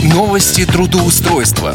Новости трудоустройства.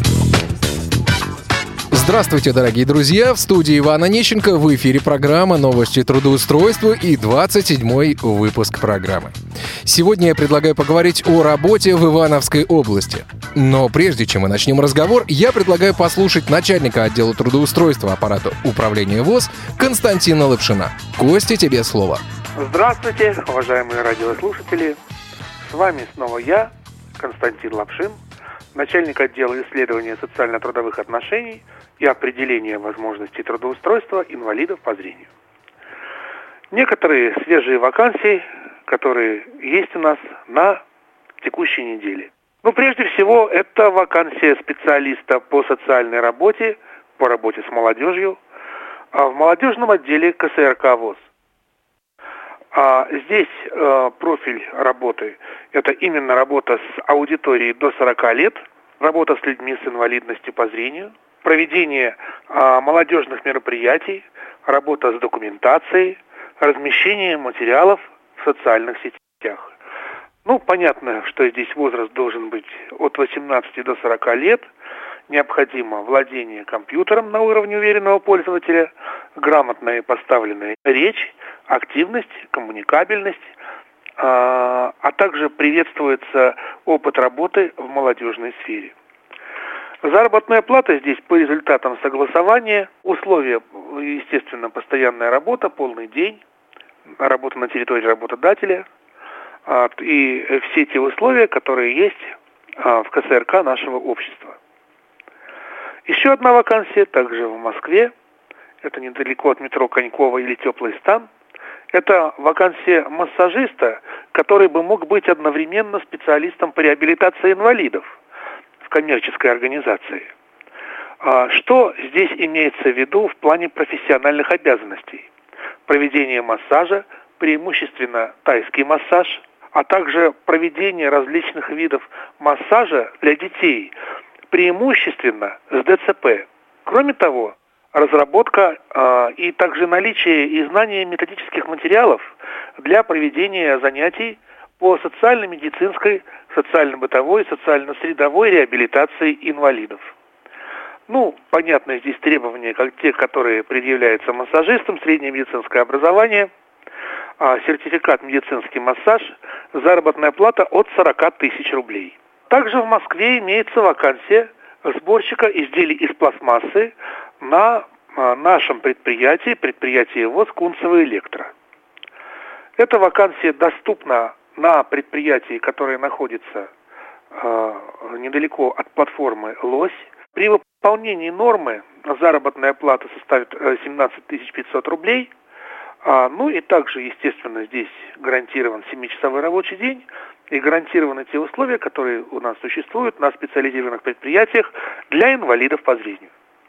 Здравствуйте, дорогие друзья! В студии Иван Онищенко, в эфире программа «Новости трудоустройства» и 27-й выпуск программы. Сегодня я предлагаю поговорить о работе в Ивановской области. Но прежде чем мы начнем разговор, я предлагаю послушать начальника отдела трудоустройства аппарата управления ВОС Константина Лапшина. Костя, тебе слово. Здравствуйте, уважаемые радиослушатели! С вами снова я, Константин Лапшин, начальник отдела исследования социально-трудовых отношений и определения возможностей трудоустройства инвалидов по зрению. Некоторые свежие вакансии, которые есть у нас на текущей неделе. Прежде всего, это вакансия специалиста по социальной работе, по работе с молодежью, в молодежном отделе КСРК ВОС. Здесь профиль работы – это именно работа с аудиторией до 40 лет, работа с людьми с инвалидностью по зрению, проведение молодежных мероприятий, работа с документацией, размещение материалов в социальных сетях. Понятно, что здесь возраст должен быть от 18 до 40 лет. Необходимо владение компьютером на уровне уверенного пользователя, грамотная и поставленная речь, активность, коммуникабельность, а также приветствуется опыт работы в молодежной сфере. Заработная плата здесь по результатам согласования, условия, естественно, постоянная работа, полный день, работа на территории работодателя и все те условия, которые есть в КСРК нашего общества. Еще одна вакансия, также в Москве, это недалеко от метро Коньково или Теплый стан. Это вакансия массажиста, который бы мог быть одновременно специалистом по реабилитации инвалидов в коммерческой организации. Что здесь имеется в виду в плане профессиональных обязанностей? Проведение массажа, преимущественно тайский массаж, а также проведение различных видов массажа для детей, преимущественно с ДЦП. Кроме того, разработка и также наличие и знание методических материалов для проведения занятий по социально-медицинской, социально-бытовой, социально-средовой реабилитации инвалидов. Понятно, здесь требования, как те, которые предъявляются массажистам, среднее медицинское образование, сертификат медицинский массаж, заработная плата от 40 тысяч рублей. Также в Москве имеется вакансия сборщика изделий из пластмассы на нашем предприятии ВОС «Кунцево Электро». Эта вакансия доступна на предприятии, которое находится недалеко от платформы «Лось». При выполнении нормы заработная плата составит 17 500 рублей. И также, естественно, здесь гарантирован 7-часовой рабочий день и гарантированы те условия, которые у нас существуют на специализированных предприятиях для инвалидов по зрению.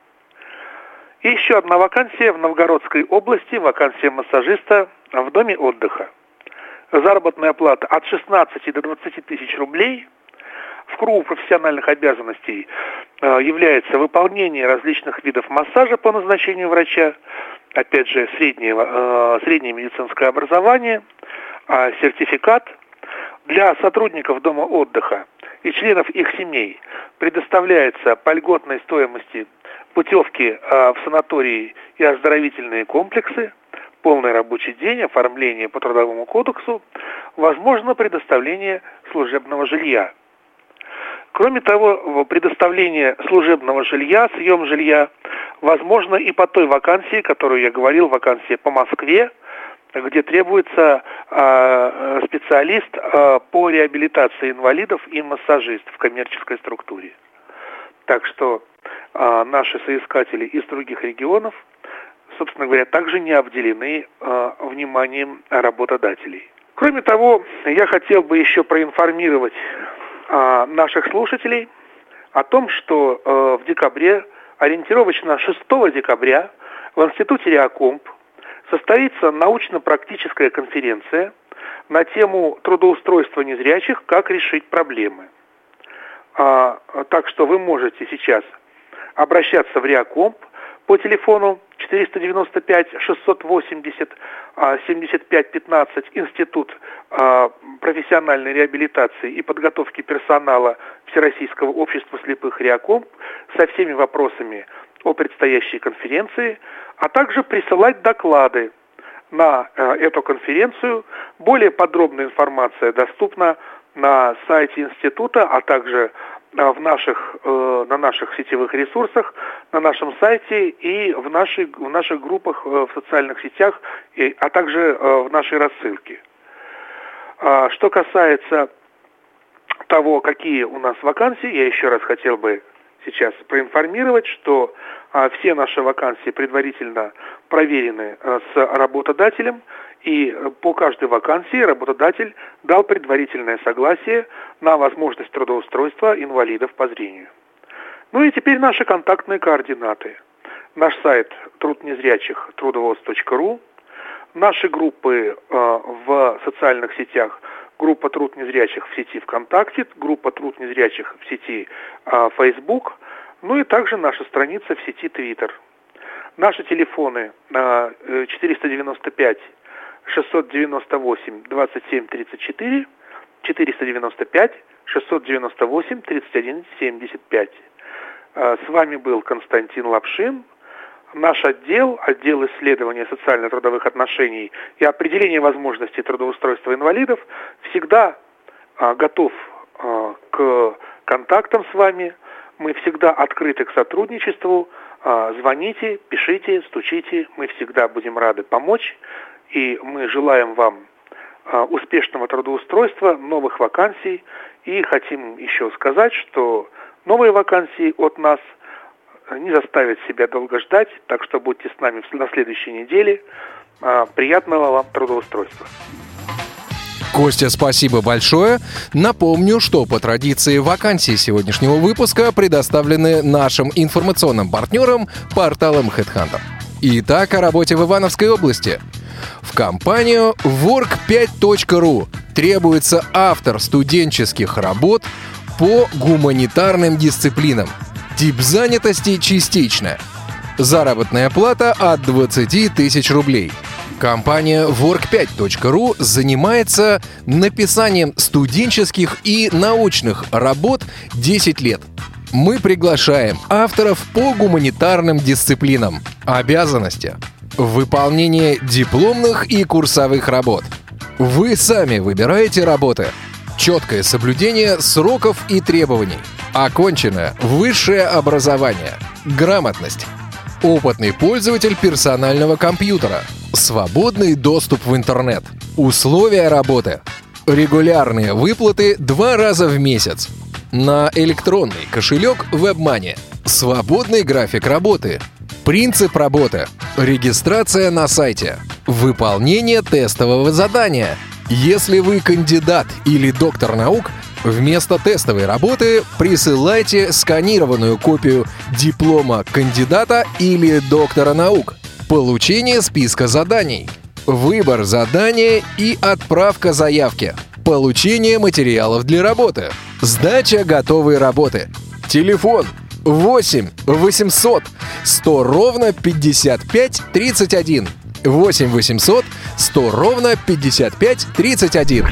И еще одна вакансия в Новгородской области, вакансия массажиста в доме отдыха. Заработная плата от 16 до 20 тысяч рублей. В кругу профессиональных обязанностей является выполнение различных видов массажа по назначению врача, опять же, среднее медицинское образование, сертификат. Для сотрудников дома отдыха и членов их семей предоставляется по льготной стоимости путевки в санатории и оздоровительные комплексы, полный рабочий день, оформление по Трудовому кодексу, возможно предоставление служебного жилья. Кроме того, предоставление служебного жилья, съем жилья возможно и по той вакансии, которую я говорил, вакансия по Москве, где требуется специалист по реабилитации инвалидов и массажист в коммерческой структуре. Так что наши соискатели из других регионов, собственно говоря, также не обделены вниманием работодателей. Кроме того, я хотел бы еще проинформировать наших слушателей о том, что в декабре, ориентировочно 6 декабря, в Институте Реакомп состоится научно-практическая конференция на тему трудоустройства незрячих, как решить проблемы. Так что вы можете сейчас обращаться в Реакомп по телефону 495-680-75-15, Институт профессиональной реабилитации и подготовки персонала Всероссийского общества слепых РИАКОМ со всеми вопросами о предстоящей конференции, а также присылать доклады на эту конференцию. Более подробная информация доступна на сайте института, а также на наших сетевых ресурсах, на нашем сайте и в наших группах в социальных сетях, а также в нашей рассылке. Что касается того, какие у нас вакансии, я еще раз хотел бы сейчас проинформировать, что все наши вакансии предварительно проверены с работодателем, и по каждой вакансии работодатель дал предварительное согласие на возможность трудоустройства инвалидов по зрению. Ну и теперь наши контактные координаты. Наш сайт труд незрячих трудовоз.ру, наши группы в социальных сетях, группа «Труд незрячих» в сети ВКонтакте, группа «Труд незрячих» в сети Facebook, ну и также наша страница в сети Twitter. Наши телефоны 495 698 27 34, 495 698 31 75. С вами был Константин Лапшин. Наш отдел исследования социально-трудовых отношений и определения возможностей трудоустройства инвалидов всегда готов к контактам с вами. Мы всегда открыты к сотрудничеству. Звоните, пишите, стучите. Мы всегда будем рады помочь. И мы желаем вам успешного трудоустройства, новых вакансий. И хотим еще сказать, что новые вакансии от нас не заставят себя долго ждать, так что будьте с нами на следующей неделе. Приятного вам трудоустройства. Костя, спасибо большое. Напомню, что по традиции вакансии сегодняшнего выпуска предоставлены нашим информационным партнерам порталом HeadHunter. Итак, о работе в Ивановской области. В компанию work5.ru требуется автор студенческих работ по гуманитарным дисциплинам. Тип занятости частичная. Заработная плата от 20 тысяч рублей. Компания work5.ru занимается написанием студенческих и научных работ 10 лет. Мы приглашаем авторов по гуманитарным дисциплинам. Обязанности: выполнение дипломных и курсовых работ. Вы сами выбираете работы. Четкое соблюдение сроков и требований. Оконченное высшее образование. Грамотность. Опытный пользователь персонального компьютера. Свободный доступ в интернет. Условия работы: регулярные выплаты 2 раза в месяц. На электронный кошелек WebMoney. Свободный график работы. Принцип работы: регистрация на сайте. Выполнение тестового задания. Если вы кандидат или доктор наук, вместо тестовой работы присылайте сканированную копию диплома кандидата или доктора наук. Получение списка заданий. Выбор задания и отправка заявки. Получение материалов для работы. Сдача готовой работы. Телефон 8 800 100 ровно 55 31. 8 800 100 ровно 55 31.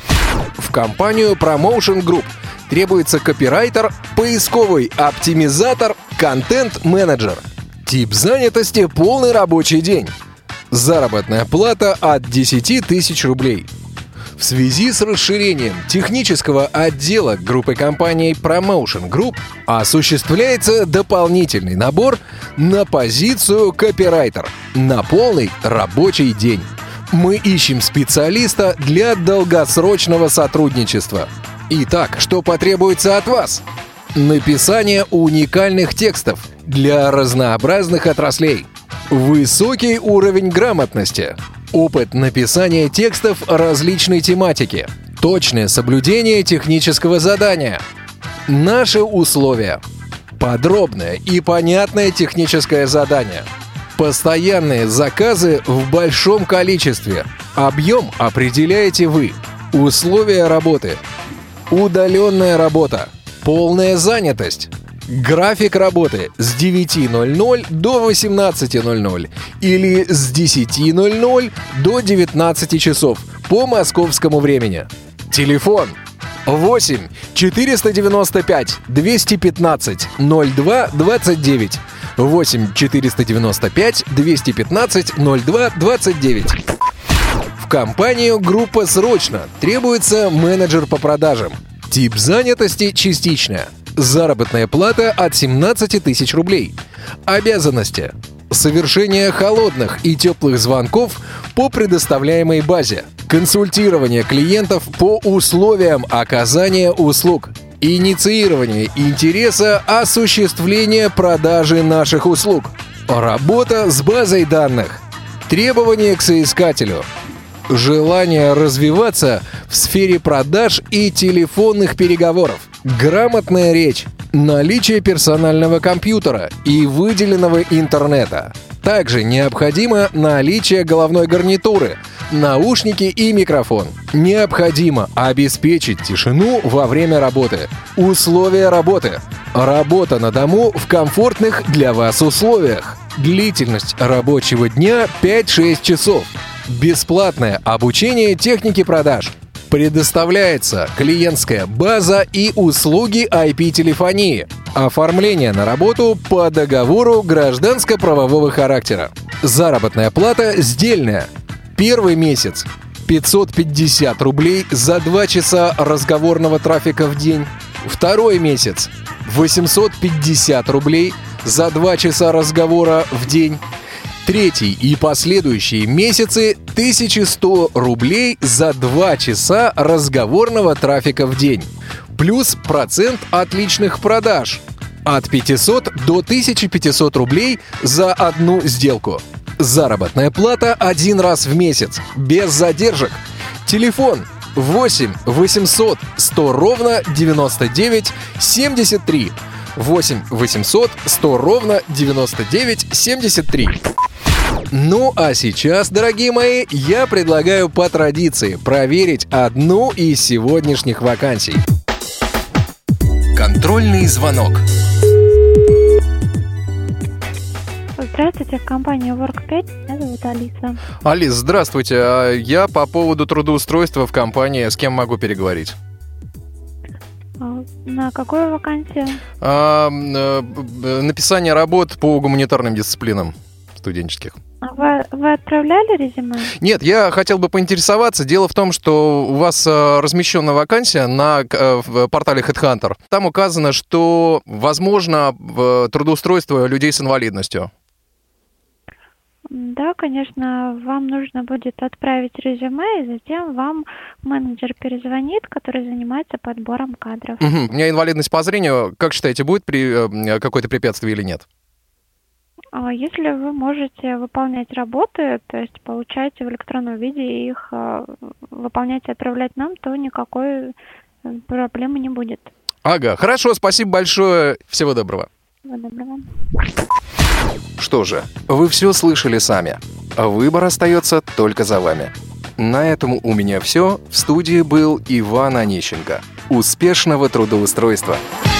В компанию Promotion Group требуется копирайтер, поисковый оптимизатор, контент-менеджер. Тип занятости – полный рабочий день. Заработная плата от 10 тысяч рублей. В связи с расширением технического отдела группы компаний Promotion Group осуществляется дополнительный набор на позицию копирайтер на полный рабочий день. Мы ищем специалиста для долгосрочного сотрудничества. Итак, что потребуется от вас? Написание уникальных текстов для разнообразных отраслей. Высокий уровень грамотности. Опыт написания текстов различной тематики. Точное соблюдение технического задания. Наши условия: подробное и понятное техническое задание. Постоянные заказы в большом количестве. Объем определяете вы. Условия работы: удаленная работа. Полная занятость. График работы с 9:00 до 18:00 или с 10:00 до 19 часов по московскому времени. Телефон 8 495 215 02 29. 8 495 215 02 29. В компанию «Группа срочно» требуется менеджер по продажам. Тип занятости частичная. Заработная плата от 17 тысяч рублей. Обязанности: совершение холодных и теплых звонков по предоставляемой базе, консультирование клиентов по условиям оказания услуг, инициирование интереса осуществления продажи наших услуг, работа с базой данных, требования к соискателю, желание развиваться в сфере продаж и телефонных переговоров, грамотная речь, наличие персонального компьютера и выделенного интернета. Также необходимо наличие головной гарнитуры, наушники и микрофон. Необходимо обеспечить тишину во время работы. Условия работы: работа на дому в комфортных для вас условиях. Длительность рабочего дня 5-6 часов. Бесплатное обучение технике продаж. Предоставляется клиентская база и услуги IP-телефонии. Оформление на работу по договору гражданско-правового характера. Заработная плата сдельная. Первый месяц 550 рублей за 2 часа разговорного трафика в день. Второй месяц 850 рублей за 2 часа разговора в день. Третий и последующие месяцы 1100 рублей за 2 часа разговорного трафика в день. Плюс процент от личных продаж от 500 до 1500 рублей за одну сделку. Заработная плата один раз в месяц, без задержек. Телефон 8 800 100 ровно 99 73. 8 800 100 ровно 99 73. Ну а сейчас, дорогие мои, я предлагаю по традиции проверить одну из сегодняшних вакансий. Контрольный звонок. Здравствуйте, компания Work5, меня зовут Алиса. Алис, здравствуйте. Я по поводу трудоустройства в компании. С кем могу переговорить? На какую вакансию? Написание работ по гуманитарным дисциплинам студенческих. Вы отправляли резюме? Нет, я хотел бы поинтересоваться. Дело в том, что у вас размещена вакансия на портале HeadHunter. Там указано, что возможно трудоустройство людей с инвалидностью. Да, конечно, вам нужно будет отправить резюме, и затем вам менеджер перезвонит, который занимается подбором кадров. У меня инвалидность по зрению. Как считаете, будет какое-то препятствие или нет? Если вы можете выполнять работы, то есть получаете в электронном виде их, выполнять и отправлять нам, то никакой проблемы не будет. Ага, хорошо, спасибо большое. Всего доброго. Всего доброго. Что же, вы все слышали сами. Выбор остается только за вами. На этом у меня все. В студии был Иван Онищенко. Успешного трудоустройства!